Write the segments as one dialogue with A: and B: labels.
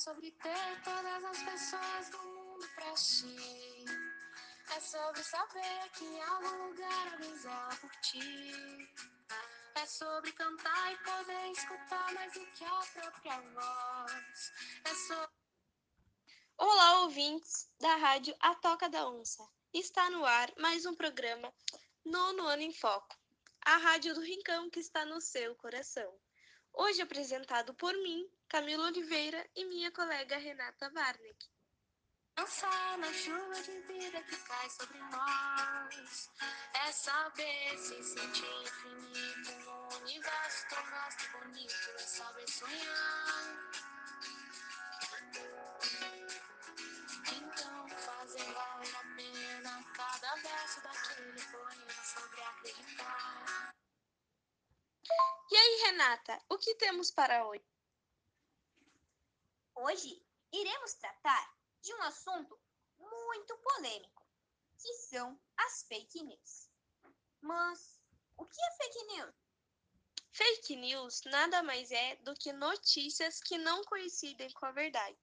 A: sobre ter todas as pessoas do mundo pra ti. É sobre saber que em algum lugar alguém zela por ti. É sobre cantar e poder escutar mais do que a própria voz. É sobre...
B: Olá, ouvintes da rádio A Toca da Onça. Está no ar mais um programa Nono Ano em Foco, a rádio do Rincão que está no seu coração. Hoje apresentado por mim, Camila Oliveira, e minha colega Renata Warneck.
A: Dançar na chuva de vida que cai sobre nós. É saber se sentir infinito num universo tão vasto e bonito. É saber sonhar. Então fazer valer a pena cada verso daquele poema sobre acreditar.
B: E aí, Renata, o que temos para hoje?
C: Hoje iremos tratar de um assunto muito polêmico, que são as fake news. Mas o que é fake news?
B: Fake news nada mais é do que notícias que não coincidem com a verdade.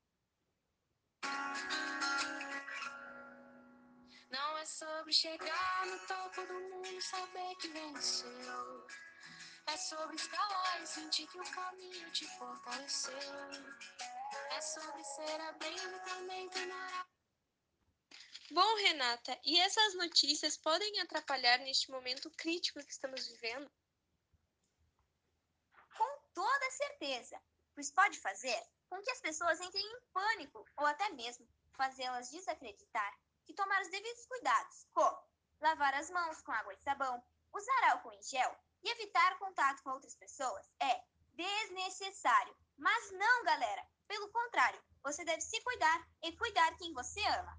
A: Não é sobre chegar no topo do mundo e saber que venceu. É sobre escalar e sentir que o caminho te fortaleceu. É sobre ser abrindo e também treinar.
B: Bom, Renata, e essas notícias podem atrapalhar neste momento crítico que estamos vivendo?
C: Com toda certeza, pois pode fazer com que as pessoas entrem em pânico ou até mesmo fazê-las desacreditar que tomar os devidos cuidados, como lavar as mãos com água e sabão, usar álcool em gel e evitar contato com outras pessoas é desnecessário. Mas não, galera! Pelo contrário, você deve se cuidar e cuidar quem você ama.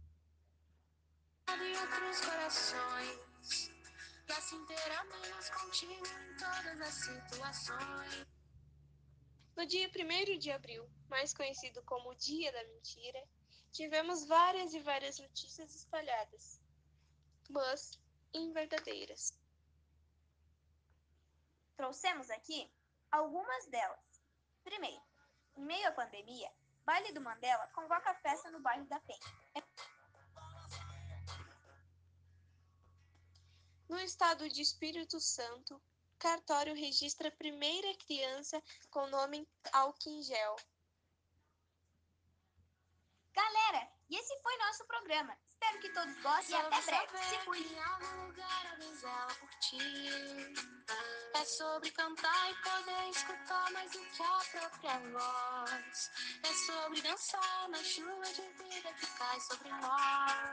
A: E outros corações, e assim ter amigos contigo em todas as situações.
B: No dia 1º de abril, mais conhecido como o Dia da Mentira, tivemos várias e várias notícias espalhadas, mas inverdadeiras.
C: Trouxemos aqui algumas delas. Primeiro, em meio à pandemia, Baile do Mandela convoca festa no bairro da Penha.
B: No estado de Espírito Santo, cartório registra a primeira criança com nome álcool em gel.
C: Galera, e esse foi nosso programa. Espero que todos gostem e até breve. Se cuide.
A: Em algum lugar alguém zela por ti. É sobre cantar e poder escutar mais do que a própria voz. É sobre dançar na chuva de vida que cai sobre nós.